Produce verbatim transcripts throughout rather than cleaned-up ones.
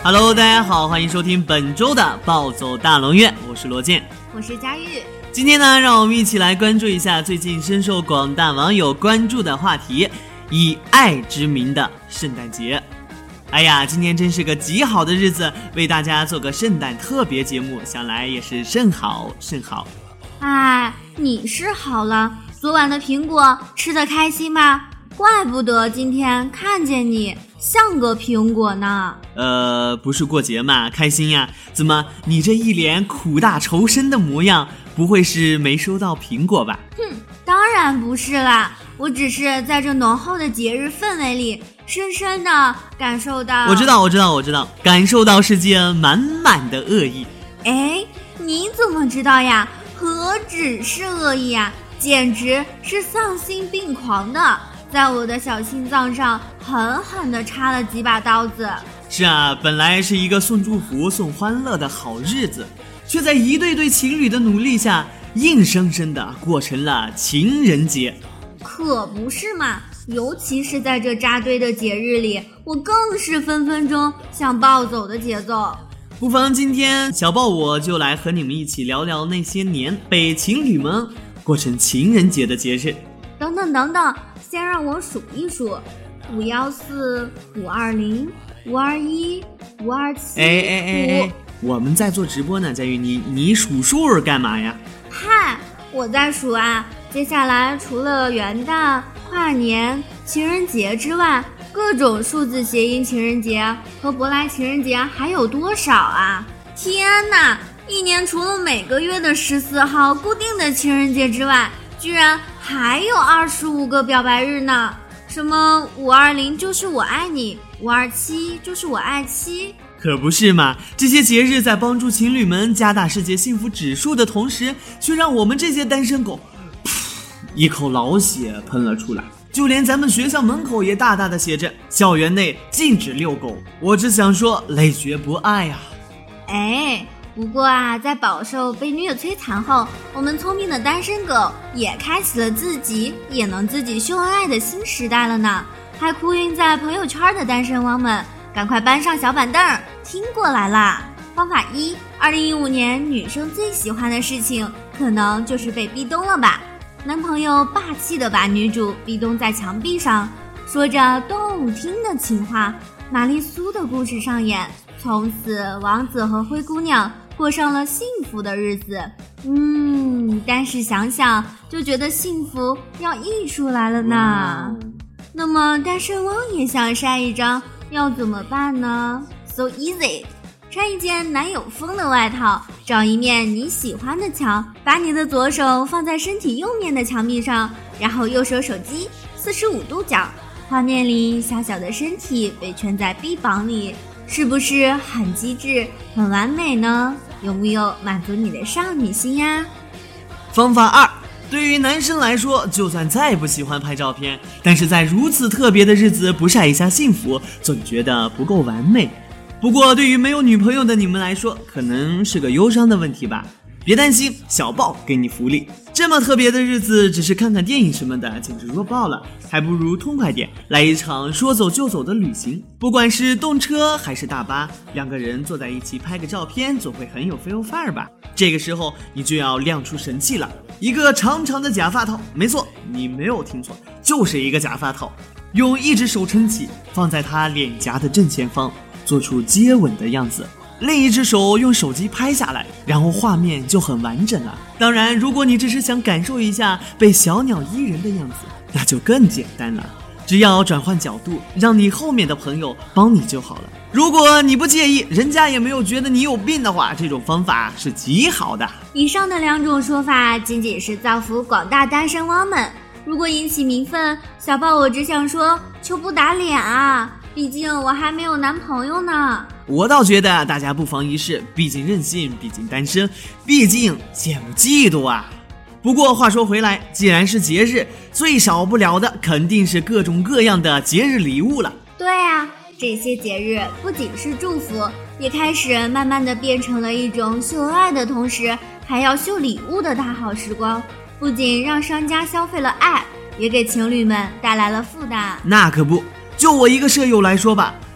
Hello， 大家好，欢迎收听本周的暴走大龙院，我是罗健， 我是佳玉。 今天呢，让我们一起来关注一下最近深受广大网友关注的话题，以爱之名的圣诞节。哎呀，今天真是个极好的日子，为大家做个圣诞特别节目，想来也是甚好甚好。 哎，你是好了，昨晚的苹果吃得开心吧？怪不得今天看见你像个苹果呢。 呃，不是过节嘛，开心呀。怎么你这一脸苦大仇深的模样，不会是没收到苹果吧？ 哼，当然不是啦，我只是在这浓厚的节日氛围里深深的感受到。 我知道我知道我知道，感受到世界满满的恶意。 哎，你怎么知道呀？何止是恶意啊，简直是丧心病狂的，在我的小心脏上狠狠地插了几把刀子。 是啊，本来是一个送祝福送欢乐的好日子，却在一对对情侣的努力下硬生生地过成了情人节。 可不是嘛，尤其是在这扎堆的节日里，我更是分分钟想暴走的节奏。 不妨今天小豹我就来和你们一起聊聊那些年被情侣们过成情人节的节日。 等等等等，先让我数一数，五幺四、五二零、五二一、五二七。 哎哎哎哎，我们在做直播呢，佳玉，你你数数干嘛呀？ 嗨，我在数啊。接下来除了元旦、跨年、情人节之外，各种数字谐音情人节和舶来情人节还有多少啊？天哪！一年除了每个月的十四号固定的情人节之外，居然还有二十五个表白日呢！什么五二零就是我爱你，五二七就是我爱妻。 可不是嘛，这些节日在帮助情侣们加大世界幸福指数的同时，却让我们这些单身狗一口老血喷了出来。就连咱们学校门口也大大的写着校园内禁止遛狗，我只想说累觉不爱啊。 哎，不过啊，在饱受被女友摧残后，我们聪明的单身狗也开启了自己也能自己秀恩爱的新时代了呢。还哭晕在朋友圈的单身汪们，赶快搬上小板凳听过来啦。方法一，二零一五年女生最喜欢的事情可能就是被逼咚了吧。男朋友霸气地把女主逼咚在墙壁上，说着动听的情话，玛丽苏的故事上演，从此王子和灰姑娘过上了幸福的日子。嗯，但是想想就觉得幸福要溢出来了呢。那么单身汪也想晒一张，要怎么办呢？ So easy， 穿一件男友风的外套，找一面你喜欢的墙，把你的左手放在身体右面的墙壁上，然后右手手机四十五度角，画面里小小的身体被圈在臂膀里，是不是很机智很完美呢？有没有满足你的少女心呀？ 方法二，对于男生来说，就算再不喜欢拍照片，但是在如此特别的日子不晒一下幸福，总觉得不够完美。不过对于没有女朋友的你们来说，可能是个忧伤的问题吧。别担心，小豹给你福利。这么特别的日子，只是看看电影什么的，简直弱爆了，还不如痛快点，来一场说走就走的旅行。不管是动车还是大巴，两个人坐在一起拍个照片，总会很有 feel 范儿吧。这个时候你就要亮出神器了，一个长长的假发套，没错，你没有听错，就是一个假发套，用一只手撑起，放在他脸颊的正前方，做出接吻的样子，另一只手用手机拍下来，然后画面就很完整了。当然，如果你只是想感受一下被小鸟依人的样子，那就更简单了，只要转换角度，让你后面的朋友帮你就好了。如果你不介意，人家也没有觉得你有病的话，这种方法是极好的。 以上的两种说法仅仅是造福广大单身汪们，如果引起民愤，小豹我只想说求不打脸啊，毕竟我还没有男朋友呢。 我倒觉得大家不妨一试，毕竟任性，毕竟单身，毕竟羡慕嫉妒啊。不过话说回来，既然是节日，最少不了的肯定是各种各样的节日礼物了。 对啊，这些节日不仅是祝福，也开始慢慢的变成了一种秀爱的同时还要秀礼物的大好时光，不仅让商家消费了爱，也给情侣们带来了负担。 那可不，就我一个舍友来说吧，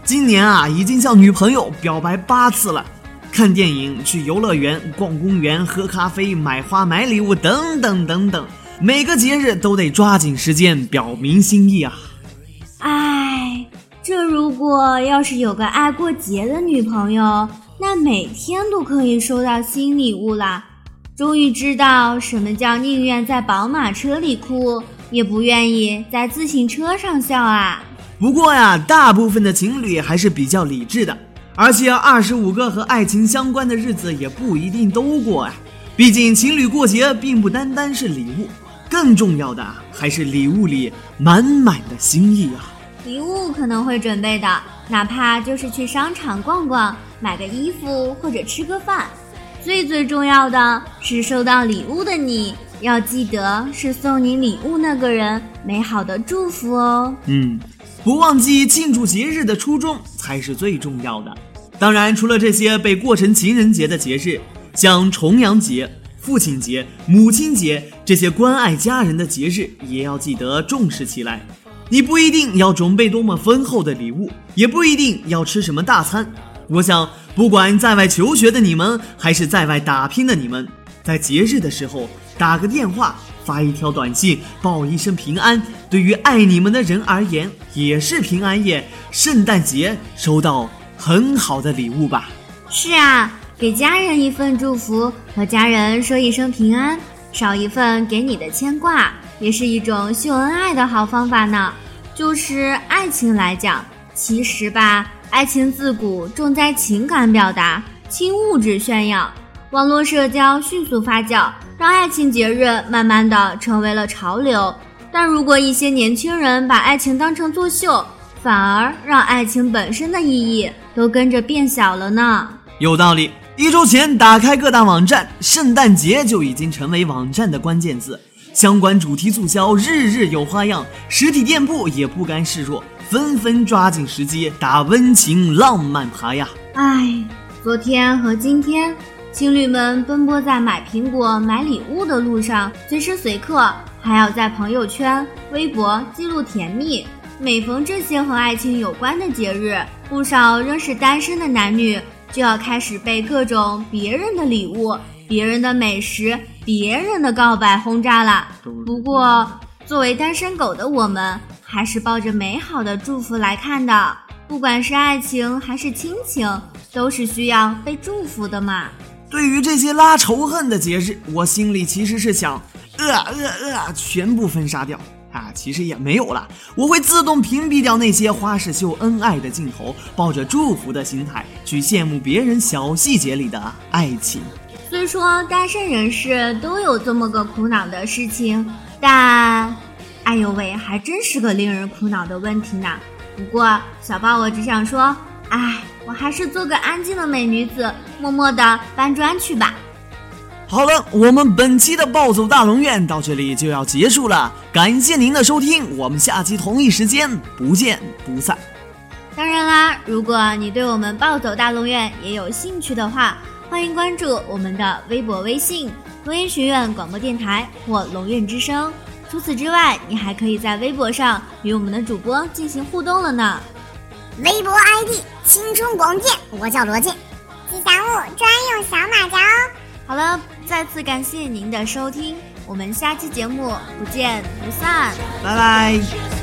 今年啊已经向女朋友表白八次了，看电影、去游乐园、逛公园、喝咖啡、买花、买礼物等等等等，每个节日都得抓紧时间表明心意啊。 唉，这如果要是有个爱过节的女朋友，那每天都可以收到新礼物啦。终于知道什么叫宁愿在宝马车里哭，也不愿意在自行车上笑啊。 不过呀，大部分的情侣还是比较理智的，而且二十五个和爱情相关的日子也不一定都过啊。毕竟情侣过节并不单单是礼物，更重要的还是礼物里满满的心意啊。 礼物可能会准备的，哪怕就是去商场逛逛，买个衣服或者吃个饭。最最重要的是收到礼物的你，要记得是送你礼物那个人美好的祝福哦。 嗯，不忘记庆祝节日的初衷才是最重要的。当然，除了这些被过成情人节的节日，像重阳节、父亲节、母亲节这些关爱家人的节日，也要记得重视起来。你不一定要准备多么丰厚的礼物，也不一定要吃什么大餐。我想，不管在外求学的你们，还是在外打拼的你们，在节日的时候打个电话，发一条短信，报一声平安，对于爱你们的人而言也是平安夜、圣诞节收到很好的礼物吧。 是啊，给家人一份祝福，和家人说一声平安，少一份给你的牵挂，也是一种秀恩爱的好方法呢。就是爱情来讲，其实吧，爱情自古重在情感表达，轻物质炫耀。网络社交迅速发酵，让爱情节日慢慢的成为了潮流。但如果一些年轻人把爱情当成作秀，反而让爱情本身的意义都跟着变小了呢。 有道理。一周前打开各大网站，圣诞节就已经成为网站的关键字，相关主题促销日日有花样，实体店铺也不甘示弱，纷纷抓紧时机打温情浪漫牌呀。 唉，昨天和今天情侣们奔波在买苹果买礼物的路上，随时随刻还要在朋友圈微博记录甜蜜。每逢这些和爱情有关的节日，不少仍是单身的男女就要开始被各种别人的礼物、别人的美食、别人的告白轰炸了。不过作为单身狗的我们，还是抱着美好的祝福来看的。不管是爱情还是亲情，都是需要被祝福的嘛。 对于这些拉仇恨的节日，我心里其实是想呃呃呃全部封杀掉啊，其实也没有啦，我会自动屏蔽掉那些花式秀恩爱的镜头，抱着祝福的心态去羡慕别人小细节里的爱情。 虽说单身人士都有这么个苦恼的事情，但哎呦喂，还真是个令人苦恼的问题呢。不过小豹我只想说，哎，我还是做个安静的美女子，默默地搬砖去吧。 好了，我们本期的暴走大龙院到这里就要结束了，感谢您的收听，我们下期同一时间不见不散。 当然啦，如果你对我们暴走大龙院也有兴趣的话，欢迎关注我们的微博微信龙岩学院广播电台或龙院之声。除此之外，你还可以在微博上与我们的主播进行互动了呢。 微博 I D 青春广见，我叫罗健，吉祥物专用小马甲哦。 好了，再次感谢您的收听，我们下期节目不见不散， 拜拜。